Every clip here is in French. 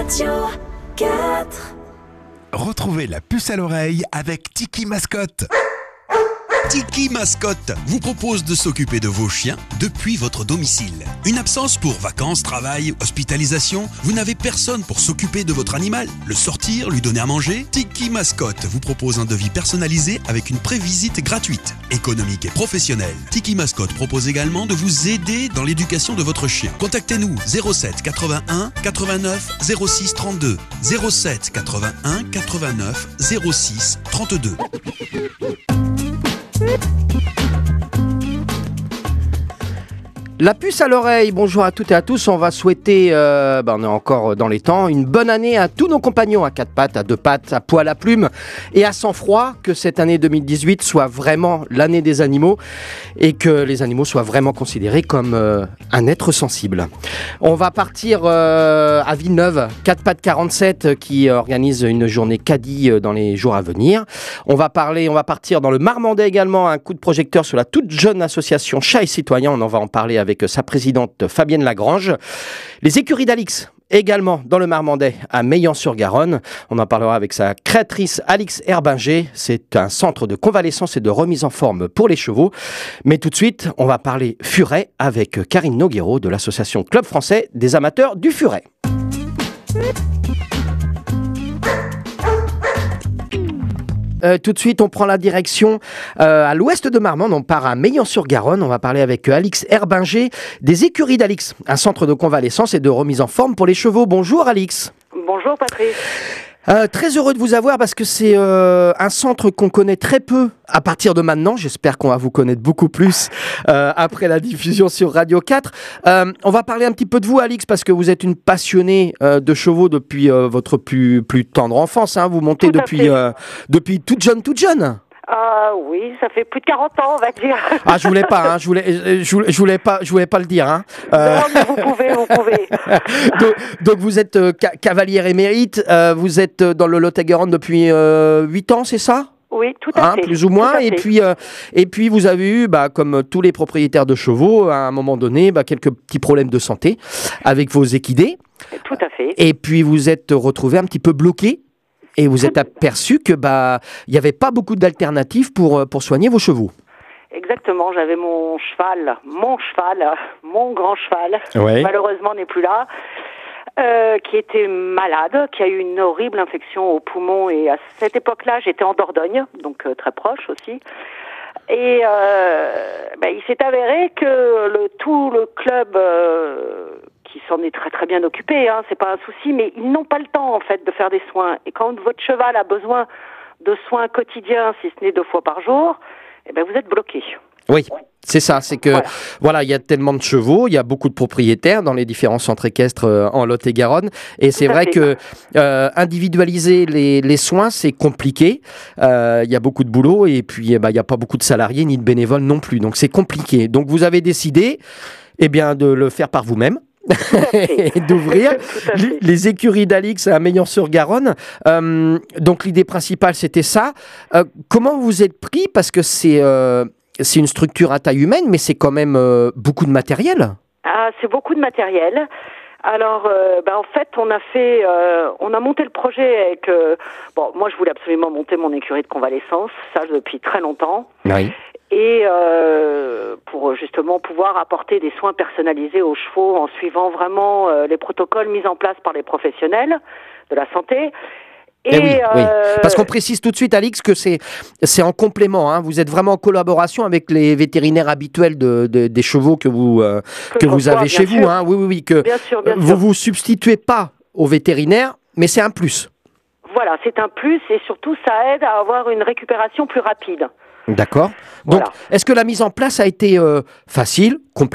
Radio 4. Retrouvez la puce à l'oreille avec Tiki Mascotte. Tiki Mascotte vous propose de s'occuper de vos chiens depuis votre domicile. Une absence pour vacances, travail, hospitalisation, vous n'avez personne pour s'occuper de votre animal, le sortir, lui donner à manger. Tiki Mascotte vous propose un devis personnalisé avec une prévisite gratuite, économique et professionnelle. Tiki Mascotte propose également de vous aider dans l'éducation de votre chien. Contactez-nous 07 81 89 06 32 07 81 89 06 32. La puce à l'oreille, bonjour à toutes et à tous. On va souhaiter, on est encore dans les temps, une bonne année à tous nos compagnons à quatre pattes, à deux pattes, à poil à plume et à sang-froid. Que cette année 2018 soit vraiment l'année des animaux et que les animaux soient vraiment considérés comme un être sensible. On va partir à Villeneuve, 4 pattes 47 qui organise une journée caddie dans les jours à venir. On va partir dans le Marmandais également, un coup de projecteur sur la toute jeune association Chat et Citoyens. On en va en parler avec sa présidente Fabienne Lagrange. Les écuries d'Alix, également dans le Marmandais, à Meillan-sur-Garonne. On en parlera avec sa créatrice Alix Herbinger. C'est un centre de convalescence et de remise en forme pour les chevaux. Mais tout de suite, on va parler furet avec Karine Noguero de l'association Club français des amateurs du furet. Tout de suite, on prend la direction à l'ouest de Marmande. On part à Meillan-sur-Garonne. On va parler avec Alix Herbinger des écuries d'Alix, un centre de convalescence et de remise en forme pour les chevaux. Bonjour Alix. Bonjour Patrice. Très heureux de vous avoir parce que c'est un centre qu'on connaît très peu à partir de maintenant. J'espère qu'on va vous connaître beaucoup plus après la diffusion sur Radio 4. On va parler un petit peu de vous, Alix, parce que vous êtes une passionnée de chevaux depuis votre plus tendre enfance. Hein. Vous montez depuis toute jeune. Oui, ça fait plus de 40 ans, on va dire. Ah, je voulais pas, hein, je voulais pas le dire. Hein. Non, mais vous pouvez. donc vous êtes cavalière émérite, vous êtes dans le Lot-et-Garonne depuis 8 ans, c'est ça ? Oui, tout à fait. Plus ou moins. Et puis vous avez eu, comme tous les propriétaires de chevaux, à un moment donné, quelques petits problèmes de santé avec vos équidés. Tout à fait. Et puis vous êtes retrouvé un petit peu bloqué. Et vous êtes aperçu que il n'y avait pas beaucoup d'alternatives pour soigner vos chevaux. Exactement, j'avais mon grand cheval, ouais. Malheureusement n'est plus là, qui était malade, qui a eu une horrible infection au poumon, et à cette époque-là, j'étais en Dordogne, donc très proche aussi. Et il s'est avéré que tout le club qui s'en est très très bien occupé, hein, c'est pas un souci, mais ils n'ont pas le temps en fait de faire des soins. Et quand votre cheval a besoin de soins quotidiens, si ce n'est 2 fois par jour, vous êtes bloqué. Oui, c'est ça, c'est que voilà, il y a tellement de chevaux, il y a beaucoup de propriétaires dans les différents centres équestres en Lot-et-Garonne, et c'est vrai que individualiser les soins, c'est compliqué. Il y a beaucoup de boulot, et puis il n'y a pas beaucoup de salariés ni de bénévoles non plus, donc c'est compliqué. Donc vous avez décidé de le faire par vous-même. Et d'ouvrir les écuries d'Alix à Meillan-sur-Garonne. Donc l'idée principale c'était ça. Comment vous êtes pris, parce que c'est une structure à taille humaine, mais c'est quand même beaucoup de matériel. Ah, c'est beaucoup de matériel. Alors, en fait, on a monté le projet avec. Moi, je voulais absolument monter mon écurie de convalescence, ça depuis très longtemps. Oui. Et pour justement pouvoir apporter des soins personnalisés aux chevaux en suivant vraiment les protocoles mis en place par les professionnels de la santé. Oui. Parce qu'on précise tout de suite, Alix, que c'est en complément. Hein. Vous êtes vraiment en collaboration avec les vétérinaires habituels des chevaux que vous avez chez vous. Hein. Oui. Bien sûr. Vous substituez pas aux vétérinaires, mais c'est un plus. Voilà, c'est un plus, et surtout ça aide à avoir une récupération plus rapide. D'accord. Donc, Est-ce que la mise en place a été facile, compliquée ?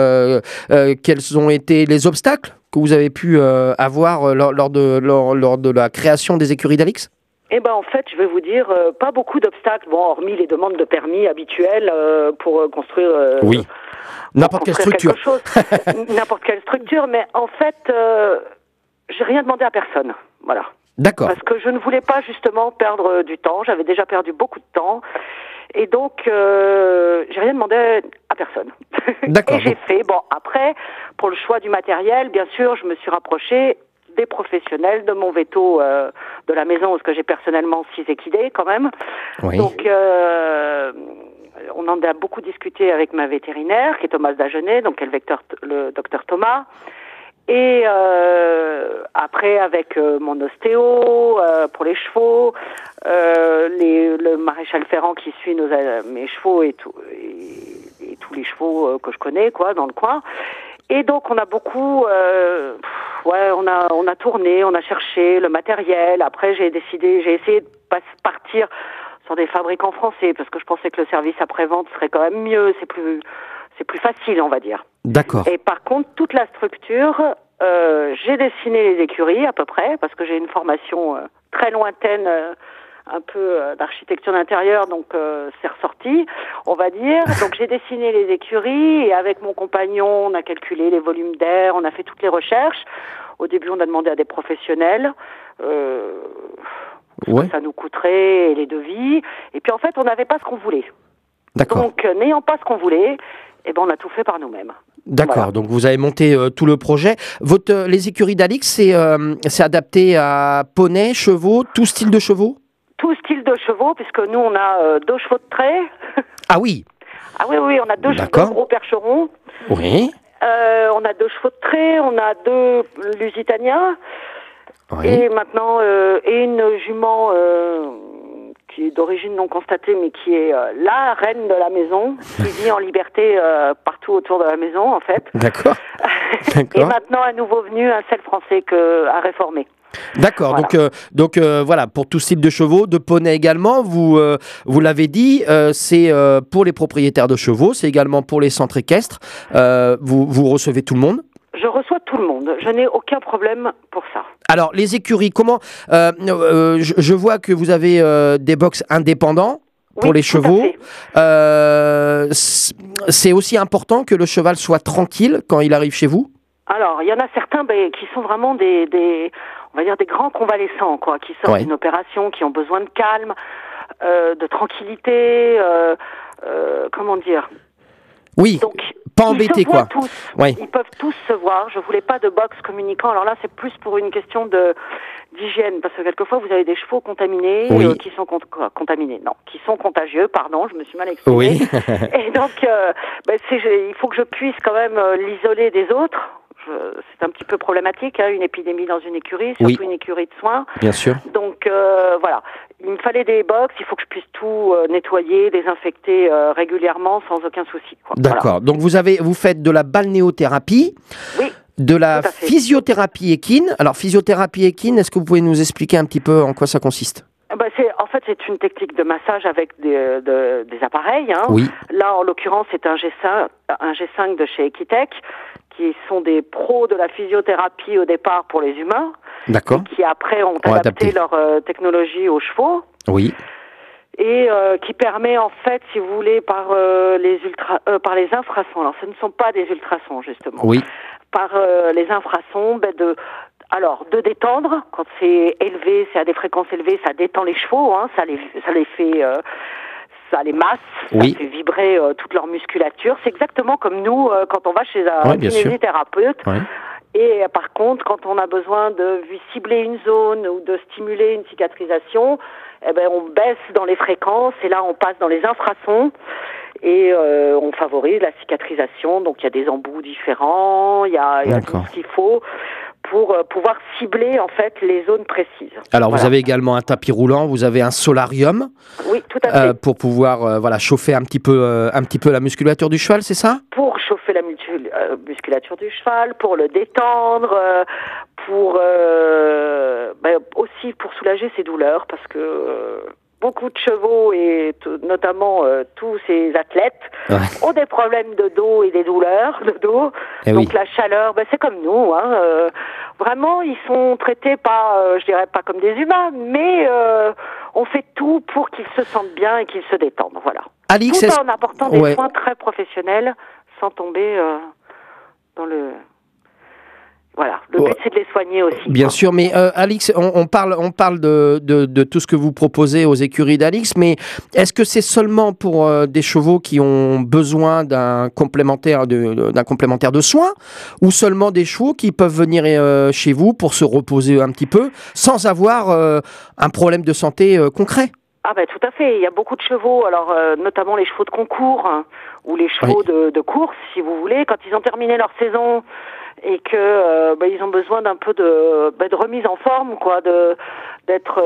Quels ont été les obstacles que vous avez pu avoir lors de la création des écuries d'Alix ? En fait, je vais vous dire, pas beaucoup d'obstacles, hormis les demandes de permis habituelles pour construire... oui, n'importe quelle structure. N'importe quelle structure, mais en fait, j'ai rien demandé à personne, voilà. D'accord. Parce que je ne voulais pas justement perdre du temps, j'avais déjà perdu beaucoup de temps, et donc j'ai rien demandé à personne. D'accord. Et j'ai fait, après, pour le choix du matériel, bien sûr, je me suis rapprochée des professionnels, de mon veto de la maison, parce que j'ai personnellement 6 équidés quand même. Oui. Donc, on en a beaucoup discuté avec ma vétérinaire, qui est Thomas Dagenet, donc le docteur Thomas. Et après, avec mon ostéo pour les chevaux, le maréchal Ferrand qui suit mes chevaux et tous les chevaux que je connais, quoi, dans le coin. Et donc, on a beaucoup, on a tourné, on a cherché le matériel. Après, j'ai essayé de partir sur des fabricants français parce que je pensais que le service après-vente serait quand même mieux, c'est plus facile, on va dire. D'accord. Et par contre, toute la structure, j'ai dessiné les écuries à peu près parce que j'ai une formation très lointaine, un peu d'architecture d'intérieur, donc c'est ressorti, on va dire. Donc j'ai dessiné les écuries et avec mon compagnon, on a calculé les volumes d'air, on a fait toutes les recherches. Au début, on a demandé à des professionnels ce que ça nous coûterait et les devis. Et puis en fait, on n'avait pas ce qu'on voulait. D'accord. Donc n'ayant pas ce qu'on voulait, on a tout fait par nous-mêmes. D'accord, Voilà. donc vous avez monté tout le projet. Les écuries d'Alix, c'est adapté à poney, chevaux, tout style de chevaux? Tout style de chevaux, puisque nous, on a 2 chevaux de trait. Ah oui. Ah oui, on a 2 gros percherons. Oui. On a 2 chevaux de trait, on a 2 Lusitaniens. Oui. Et maintenant, une jument qui est d'origine non constatée, mais qui est la reine de la maison, qui vit en liberté partout autour de la maison, en fait. D'accord. Et maintenant, un nouveau venu, un sel français à réformer. D'accord, Voilà. donc voilà, pour tout style de chevaux, de poney également, vous l'avez dit, c'est pour les propriétaires de chevaux, c'est également pour les centres équestres, vous recevez tout le monde? Je reçois tout le monde, je n'ai aucun problème pour ça. Alors, les écuries, comment je vois que vous avez des box indépendants pour les chevaux. C'est aussi important que le cheval soit tranquille quand il arrive chez vous? Alors, il y en a certains qui sont vraiment on va dire des grands convalescents, quoi, qui sortent d'une opération, qui ont besoin de calme, de tranquillité, comment dire. Oui, donc, pas embêtés, quoi. Tous. Oui. Ils peuvent tous se voir. Je voulais pas de box communicant. Alors là, c'est plus pour une question d'hygiène, parce que quelquefois, vous avez des chevaux contaminés, qui sont contaminés. Non, qui sont contagieux, pardon, je me suis mal exprimée. Oui. Et donc, il faut que je puisse quand même l'isoler des autres. C'est un petit peu problématique, une épidémie dans une écurie, surtout une écurie de soins. Bien sûr. Donc voilà, il me fallait des box, il faut que je puisse tout nettoyer, désinfecter régulièrement sans aucun souci. D'accord, donc vous faites de la balnéothérapie, de la physiothérapie équine. Alors physiothérapie équine, est-ce que vous pouvez nous expliquer un petit peu en quoi ça consiste? C'est une technique de massage avec des appareils. Oui. Là, en l'occurrence, c'est un G5 de chez Equitech, qui sont des pros de la physiothérapie au départ pour les humains. D'accord. Et qui après ont adapté leur technologie aux chevaux. Oui. Et qui permet en fait, si vous voulez, par les infrasons. Alors, ce ne sont pas des ultrasons justement. Oui. Par les infrasons, de détendre quand c'est élevé, c'est à des fréquences élevées, ça détend les chevaux, ça les fait. Ça les masse, ça fait vibrer toute leur musculature. C'est exactement comme nous quand on va chez un kinésithérapeute. Oui. Et par contre, quand on a besoin de cibler une zone ou de stimuler une cicatrisation, on baisse dans les fréquences et là on passe dans les infrasons et on favorise la cicatrisation. Donc il y a des embouts différents, il y a tout ce qu'il faut pour pouvoir cibler en fait les zones précises. Alors vous avez également un tapis roulant, vous avez un solarium. Oui, tout à fait. Pour pouvoir chauffer un petit peu la musculature du cheval, c'est ça? Pour chauffer la musculature du cheval, pour le détendre, pour aussi pour soulager ses douleurs, parce que beaucoup de chevaux et notamment tous ces athlètes ont des problèmes de dos et des douleurs de dos. Donc la chaleur, c'est comme nous. Vraiment, ils sont traités pas, je dirais pas comme des humains, mais on fait tout pour qu'ils se sentent bien et qu'ils se détendent. Voilà. Alix, tout en apportant des soins très professionnels, sans tomber dans le Le but, c'est de les soigner aussi. Bien sûr, mais Alix, on parle de tout ce que vous proposez aux écuries d'Alix, mais est-ce que c'est seulement pour des chevaux qui ont besoin d'un complémentaire de soins, ou seulement des chevaux qui peuvent venir chez vous pour se reposer un petit peu, sans avoir un problème de santé concret? Ah ben tout à fait, il y a beaucoup de chevaux, alors notamment les chevaux de concours, ou les chevaux de course, si vous voulez, quand ils ont terminé leur saison et que ils ont besoin d'un peu de remise en forme, quoi, d'être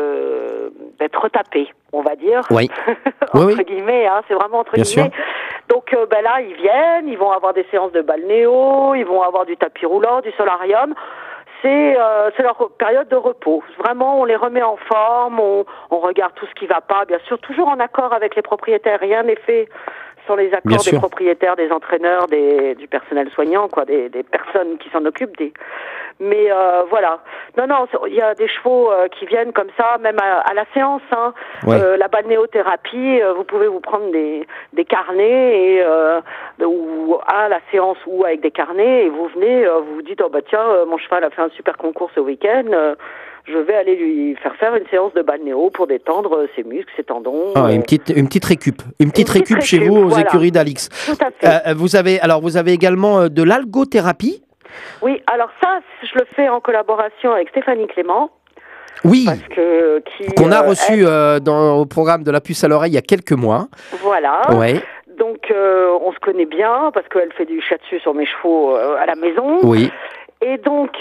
retapés, on va dire. Oui. Entre guillemets, c'est vraiment entre guillemets. Donc là, ils viennent, ils vont avoir des séances de balnéo, ils vont avoir du tapis roulant, du solarium. C'est leur période de repos. Vraiment, on les remet en forme, on regarde tout ce qui va pas, bien sûr, toujours en accord avec les propriétaires. Rien n'est fait sans les accords des propriétaires, des entraîneurs, du personnel soignant, quoi, des personnes qui s'en occupent. Mais voilà. Non, il y a des chevaux qui viennent comme ça, même à la séance. La balnéothérapie, vous pouvez vous prendre des carnets ou à la séance ou avec des carnets et vous venez, vous vous dites tiens, mon cheval a fait un super concours ce week-end. Je vais aller lui faire une séance de balnéo pour détendre ses muscles, ses tendons. Une petite récup. Une petite récup chez vous aux écuries d'Alix. Tout à fait. Vous avez également de l'algothérapie. Oui, alors ça, je le fais en collaboration avec Stéphanie Clément. Oui, qu'on a reçu au programme de la puce à l'oreille il y a quelques mois. Voilà. Ouais. Donc on se connaît bien parce qu'elle fait du shiatsu sur mes chevaux à la maison. Oui. Et donc,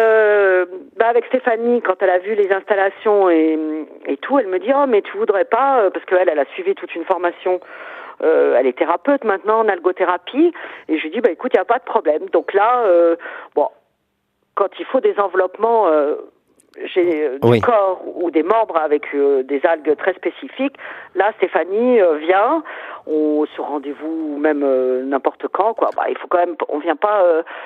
avec Stéphanie, quand elle a vu les installations et tout, elle me dit mais tu voudrais pas, parce qu'elle a suivi toute une formation, elle est thérapeute maintenant en algothérapie, et je lui dis écoute, il n'y a pas de problème. Donc là, quand il faut des enveloppements du corps ou des membres avec des algues très spécifiques, là Stéphanie vient, on se rendez-vous même n'importe quand, quoi. Il faut quand même, on vient pas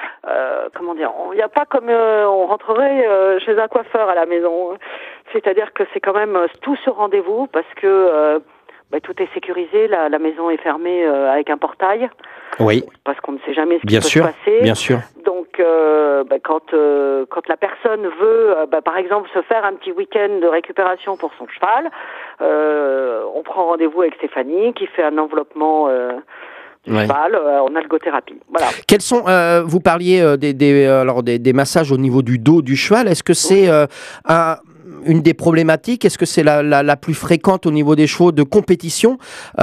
on vient pas comme on rentrerait chez un coiffeur à la maison. C'est-à-dire que c'est quand même tout ce rendez-vous parce que tout est sécurisé, la maison est fermée avec un portail. Oui. Parce qu'on ne sait jamais ce qui peut se passer. Bien sûr. Donc, quand la personne veut, par exemple, se faire un petit week-end de récupération pour son cheval, on prend rendez-vous avec Stéphanie qui fait un enveloppement du cheval en algothérapie. Voilà. Quels sont, vous parliez des massages au niveau du dos du cheval. Est-ce que c'est une des problématiques? Est-ce que c'est la plus fréquente au niveau des chevaux de compétition,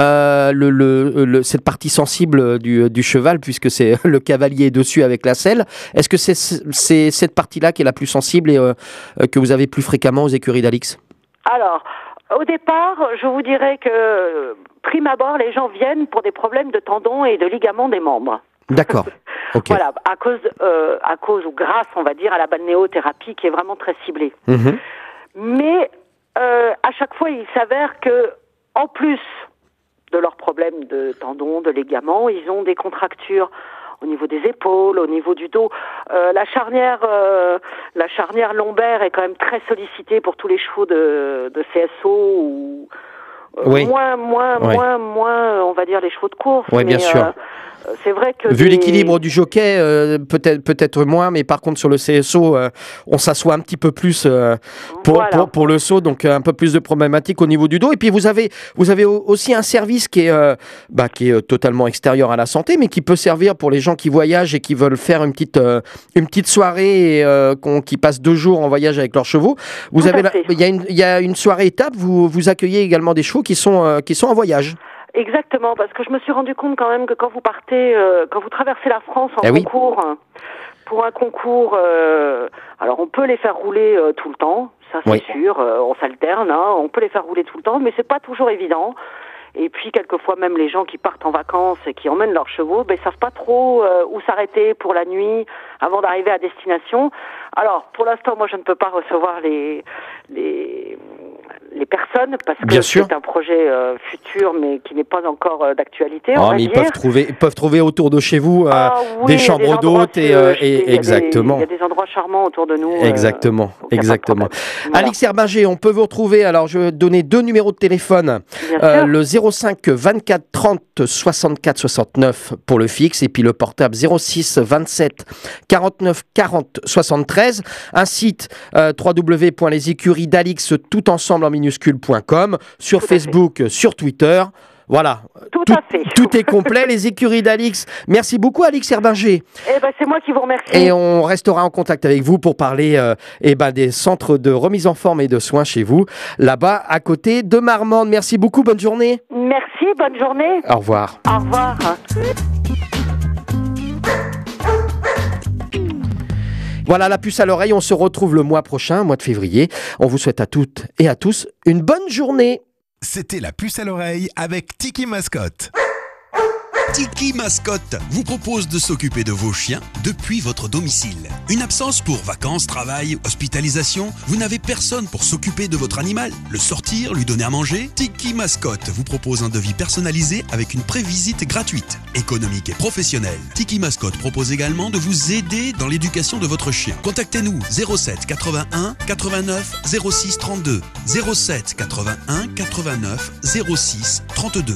cette partie sensible du cheval, puisque c'est le cavalier dessus avec la selle? Est-ce que c'est cette partie-là qui est la plus sensible et que vous avez plus fréquemment aux écuries d'Alix? Alors, au départ, je vous dirais que prime abord, les gens viennent pour des problèmes de tendons et de ligaments des membres. D'accord. Okay. Voilà, à cause ou grâce, on va dire, à la balnéothérapie qui est vraiment très ciblée. Mm-hmm. Mais à chaque fois, il s'avère que, en plus de leurs problèmes de tendons, de ligaments, ils ont des contractures au niveau des épaules, au niveau du dos. La charnière lombaire est quand même très sollicitée pour tous les chevaux de CSO ou moins, on va dire, les chevaux de course. Oui, bien sûr. C'est vrai que vu l'équilibre du jockey, peut-être moins, mais par contre sur le CSO, on s'assoit un petit peu plus pour le saut, donc un peu plus de problématiques au niveau du dos. Et puis vous avez aussi un service qui est totalement extérieur à la santé, mais qui peut servir pour les gens qui voyagent et qui veulent faire une petite soirée qui passent 2 jours en voyage avec leurs chevaux. Il y a une soirée étape. Vous accueillez également des chevaux qui sont en voyage. Exactement, parce que je me suis rendu compte quand même que quand vous partez, quand vous traversez la France en concours, pour un concours, alors on peut les faire rouler tout le temps, ça c'est sûr, on s'alterne, on peut les faire rouler tout le temps, mais c'est pas toujours évident. Et puis quelquefois même les gens qui partent en vacances et qui emmènent leurs chevaux, savent pas trop où s'arrêter pour la nuit avant d'arriver à destination. Alors pour l'instant, moi je ne peux pas recevoir les personnes, parce que Bien sûr. c'est un projet futur, mais qui n'est pas encore d'actualité. Oh, mais ils peuvent trouver autour de chez vous des chambres d'hôtes et exactement. Il y a des endroits charmants autour de nous. Exactement. Voilà. Alix Herbinger, on peut vous retrouver. Alors, je vais donner 2 numéros de téléphone. Le 05 24 30 64 69 pour le fixe et puis le portable 06 27 49 40 73. Un site www.lesécuriesdalix tout ensemble en minuscule.com, sur Tout à Facebook, sur Twitter. Voilà, Tout à fait. tout est complet, les écuries d'Alix. Merci beaucoup, Alix Herbinger. C'est moi qui vous remercie. Et on restera en contact avec vous pour parler des centres de remise en forme et de soins chez vous, là-bas, à côté de Marmande. Merci beaucoup, bonne journée. Merci, bonne journée. Au revoir. Au revoir. Voilà, la puce à l'oreille, on se retrouve le mois prochain, mois de février. On vous souhaite à toutes et à tous une bonne journée. C'était la puce à l'oreille avec Tiki Mascotte. Tiki Mascotte vous propose de s'occuper de vos chiens depuis votre domicile. Une absence pour vacances, travail, hospitalisation, vous n'avez personne pour s'occuper de votre animal, le sortir, lui donner à manger. Tiki Mascotte vous propose un devis personnalisé avec une prévisite gratuite, économique et professionnelle. Tiki Mascotte propose également de vous aider dans l'éducation de votre chien. Contactez-nous 07 81 89 06 32 07 81 89 06 32.